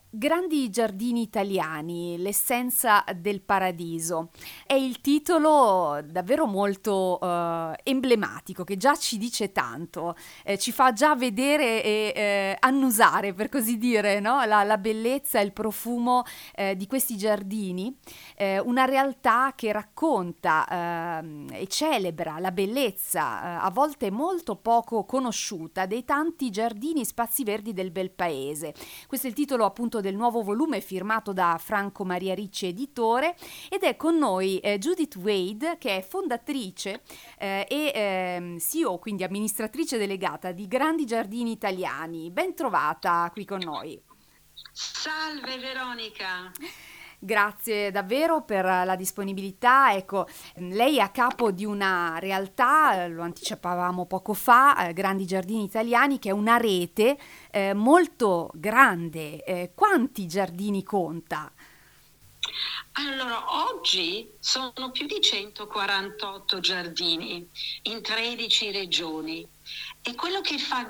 Grandi giardini italiani, l'essenza del paradiso. È il titolo davvero molto emblematico, che già ci dice tanto, ci fa già vedere e annusare, per così dire, no? La bellezza e il profumo di questi giardini, una realtà che racconta e celebra la bellezza, a volte molto poco conosciuta, dei tanti giardini e spazi verdi del bel paese. Questo è il titolo appunto del nuovo volume firmato da Franco Maria Ricci editore, ed è con noi Judith Wade, che è fondatrice e CEO, quindi amministratrice delegata di Grandi Giardini Italiani. Ben trovata qui con noi. Salve Veronica. Grazie davvero per la disponibilità. Ecco, lei è a capo di una realtà, lo anticipavamo poco fa, Grandi Giardini Italiani, che è una rete molto grande. Quanti giardini conta? Allora, oggi sono più di 148 giardini in 13 regioni e quello che fa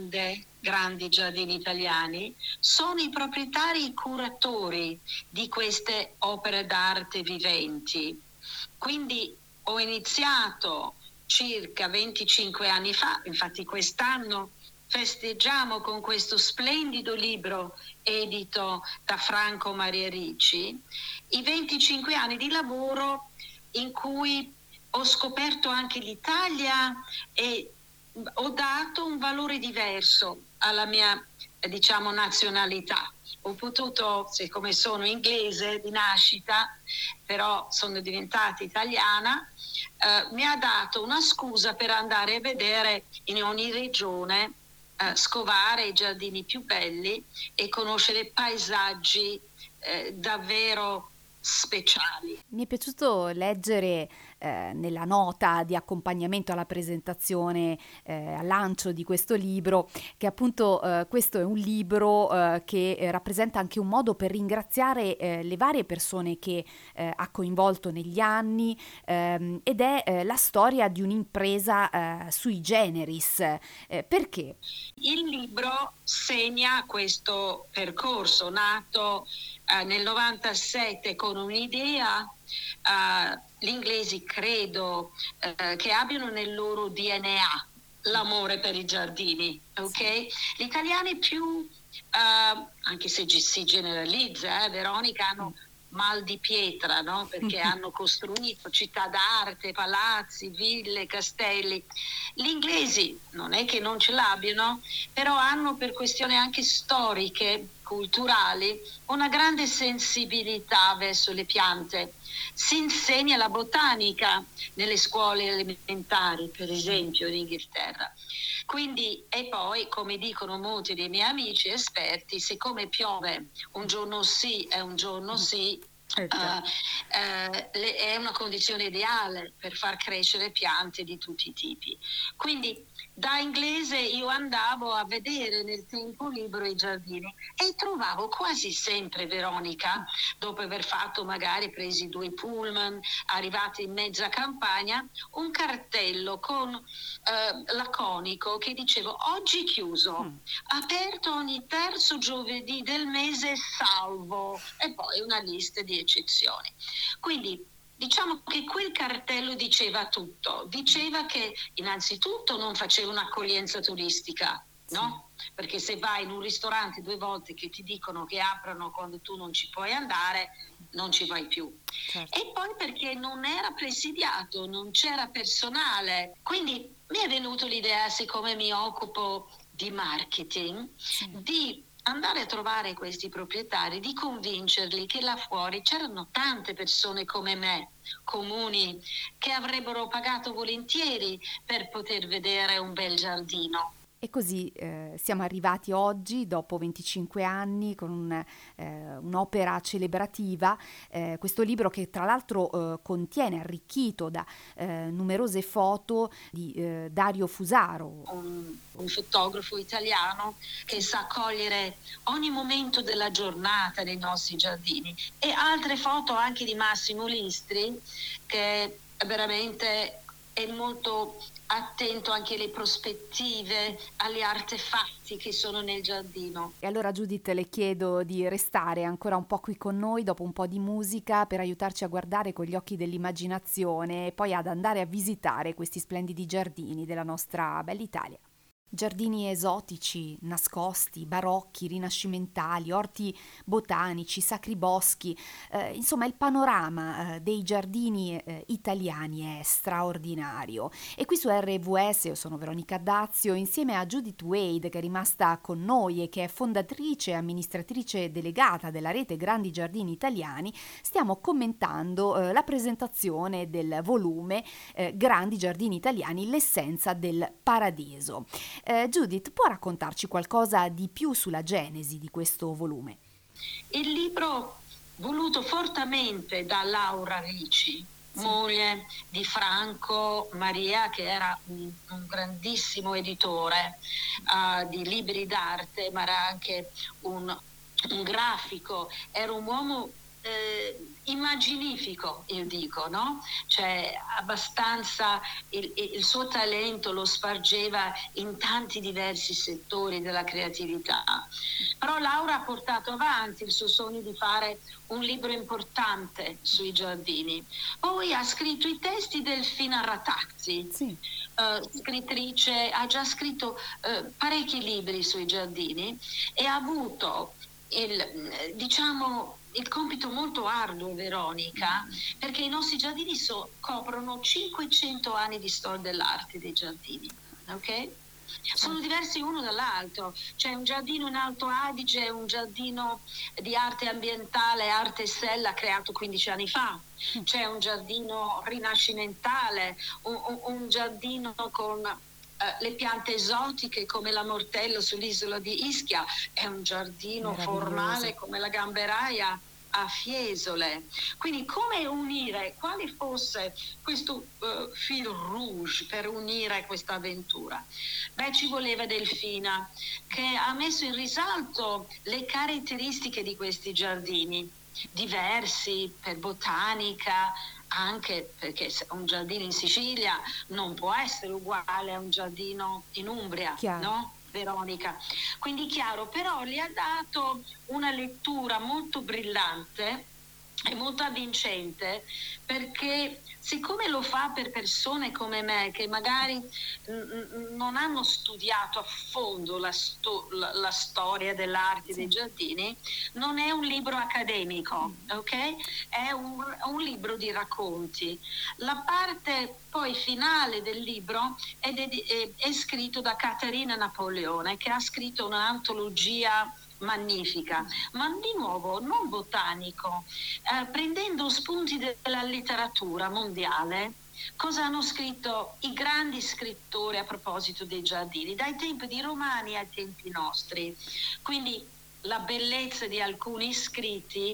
grandi giardini italiani sono i proprietari e i curatori di queste opere d'arte viventi. Quindi ho iniziato circa 25 anni fa, infatti quest'anno festeggiamo con questo splendido libro edito da Franco Maria Ricci i 25 anni di lavoro in cui ho scoperto anche l'Italia e ho dato un valore diverso alla mia, nazionalità. Ho potuto, siccome sono inglese di nascita, però sono diventata italiana, mi ha dato una scusa per andare a vedere in ogni regione, scovare i giardini più belli e conoscere paesaggi davvero speciali. Mi è piaciuto leggere nella nota di accompagnamento alla presentazione, al lancio di questo libro, che appunto questo è un libro che rappresenta anche un modo per ringraziare le varie persone che ha coinvolto negli anni, ed è la storia di un'impresa sui generis. Perché? Il libro segna questo percorso nato nel 97 con un'idea. Gli inglesi credo che abbiano nel loro DNA l'amore per i giardini, ok? Gli italiani più, anche se si generalizza, Veronica, hanno mal di pietra, no? Perché hanno costruito città d'arte, palazzi, ville, castelli. Gli inglesi non è che non ce l'abbiano, però hanno, per questioni anche storiche, culturali, una grande sensibilità verso le piante. Si insegna la botanica nelle scuole elementari, per esempio in Inghilterra. Quindi, e poi, come dicono molti dei miei amici esperti, siccome piove un giorno sì e un giorno sì, è una condizione ideale per far crescere piante di tutti i tipi. Quindi da inglese io andavo a vedere nel tempo libero i giardini e trovavo quasi sempre, Veronica, dopo aver fatto magari presi 2 pullman, arrivati in mezza campagna, un cartello con laconico che diceva oggi chiuso, aperto ogni terzo giovedì del mese salvo, e poi una lista di eccezioni. Quindi diciamo che quel cartello diceva tutto, diceva che innanzitutto non faceva un'accoglienza turistica, no? Sì. Perché se vai in un ristorante 2 volte che ti dicono che aprono quando tu non ci puoi andare, non ci vai più. Certo. E poi perché non era presidiato, non c'era personale. Quindi mi è venuta l'idea, siccome mi occupo di marketing, di andare a trovare questi proprietari, di convincerli che là fuori c'erano tante persone come me, comuni, che avrebbero pagato volentieri per poter vedere un bel giardino. E così siamo arrivati oggi, dopo 25 anni, con un'opera celebrativa, questo libro che tra l'altro contiene, arricchito da numerose foto di Dario Fusaro. Un fotografo italiano che sa cogliere ogni momento della giornata nei nostri giardini, e altre foto anche di Massimo Listri, che veramente è molto attento anche alle prospettive, agli artefatti che sono nel giardino. E allora Judith le chiedo di restare ancora un po' qui con noi dopo un po' di musica per aiutarci a guardare con gli occhi dell'immaginazione e poi ad andare a visitare questi splendidi giardini della nostra bella Italia. Giardini esotici, nascosti, barocchi, rinascimentali, orti botanici, sacri boschi, insomma il panorama dei giardini italiani è straordinario. E qui su RVS io sono Veronica Dazio insieme a Judith Wade, che è rimasta con noi e che è fondatrice e amministratrice delegata della rete Grandi Giardini Italiani. Stiamo commentando la presentazione del volume Grandi Giardini Italiani, l'essenza del paradiso. Judith, può raccontarci qualcosa di più sulla genesi di questo volume? Il libro voluto fortemente da Laura Ricci, moglie di Franco Maria, che era un grandissimo editore di libri d'arte, ma era anche un grafico, era un uomo immaginifico, io dico, no? Cioè abbastanza il suo talento lo spargeva in tanti diversi settori della creatività. Però Laura ha portato avanti il suo sogno di fare un libro importante sui giardini. Poi ha scritto i testi del Delfina Ratazzi, scrittrice, ha già scritto parecchi libri sui giardini e ha avuto il compito molto arduo, Veronica, perché i nostri giardini coprono 500 anni di storia dell'arte dei giardini, ok? Sono diversi uno dall'altro. C'è un giardino in Alto Adige, un giardino di arte ambientale, Arte Sella, creato 15 anni fa. C'è un giardino rinascimentale, un giardino con le piante esotiche come la Mortello sull'isola di Ischia, è un giardino formale come la Gamberaia a Fiesole. Quindi come unire, quale fosse questo fil rouge per unire questa avventura? Beh, ci voleva Delfina, che ha messo in risalto le caratteristiche di questi giardini, diversi per botanica, anche perché un giardino in Sicilia non può essere uguale a un giardino in Umbria, no? Veronica. Quindi chiaro, però gli ha dato una lettura molto brillante e molto avvincente, perché siccome lo fa per persone come me che magari non hanno studiato a fondo la storia dell'arte dei giardini, non è un libro accademico, ok? È un libro di racconti. La parte poi finale del libro è scritto da Caterina Napoleone, che ha scritto un'antologia magnifica, ma di nuovo non botanico, prendendo spunti della letteratura mondiale. Cosa hanno scritto i grandi scrittori a proposito dei giardini, dai tempi di Romani ai tempi nostri. Quindi la bellezza di alcuni scritti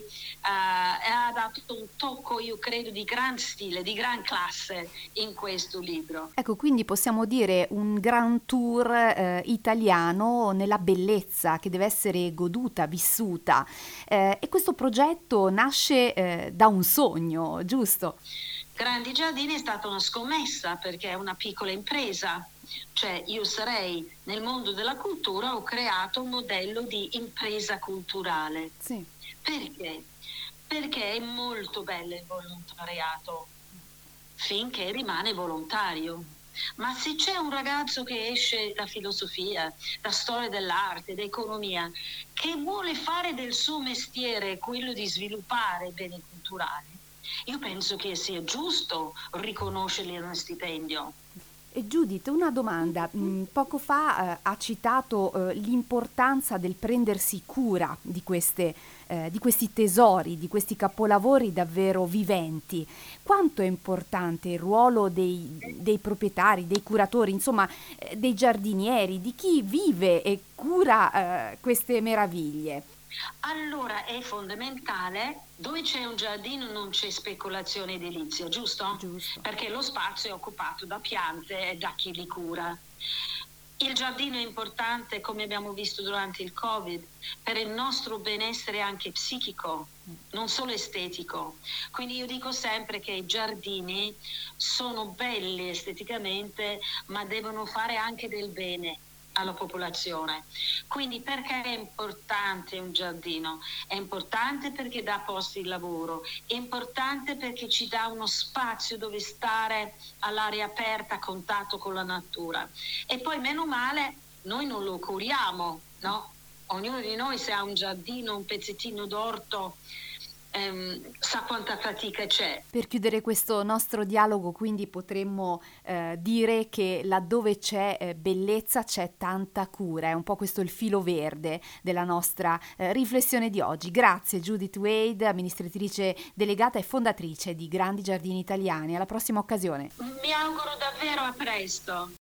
ha dato un tocco, io credo, di gran stile, di gran classe in questo libro. Ecco, quindi possiamo dire un gran tour italiano nella bellezza che deve essere goduta, vissuta. E questo progetto nasce da un sogno, giusto? Grandi Giardini è stata una scommessa, perché è una piccola impresa. Cioè io sarei nel mondo della cultura, ho creato un modello di impresa culturale. Sì. Perché? Perché è molto bello il volontariato finché rimane volontario. Ma se c'è un ragazzo che esce da filosofia, da storia dell'arte, da economia, che vuole fare del suo mestiere quello di sviluppare beni culturali, io penso che sia giusto riconoscergli uno stipendio. E Judith, una domanda. Poco fa ha citato l'importanza del prendersi cura di questi tesori, di questi capolavori davvero viventi. Quanto è importante il ruolo dei proprietari, dei curatori, insomma dei giardinieri, di chi vive e cura queste meraviglie? Allora è fondamentale, dove c'è un giardino non c'è speculazione edilizia, giusto? Giusto. Perché lo spazio è occupato da piante e da chi li cura. Il giardino è importante, come abbiamo visto durante il Covid, per il nostro benessere anche psichico, non solo estetico. Quindi io dico sempre che i giardini sono belli esteticamente, ma devono fare anche del bene alla popolazione. Quindi perché è importante un giardino? È importante perché dà posti di lavoro, è importante perché ci dà uno spazio dove stare all'aria aperta, a contatto con la natura. E poi meno male noi non lo curiamo, no? Ognuno di noi se ha un giardino, un pezzettino d'orto, sa quanta fatica c'è. Per chiudere questo nostro dialogo, quindi potremmo dire che laddove c'è bellezza c'è tanta cura, è un po' questo il filo verde della nostra riflessione di oggi. Grazie Judith Wade, amministratrice delegata e fondatrice di Grandi Giardini Italiani. Alla prossima occasione. Mi auguro davvero a presto.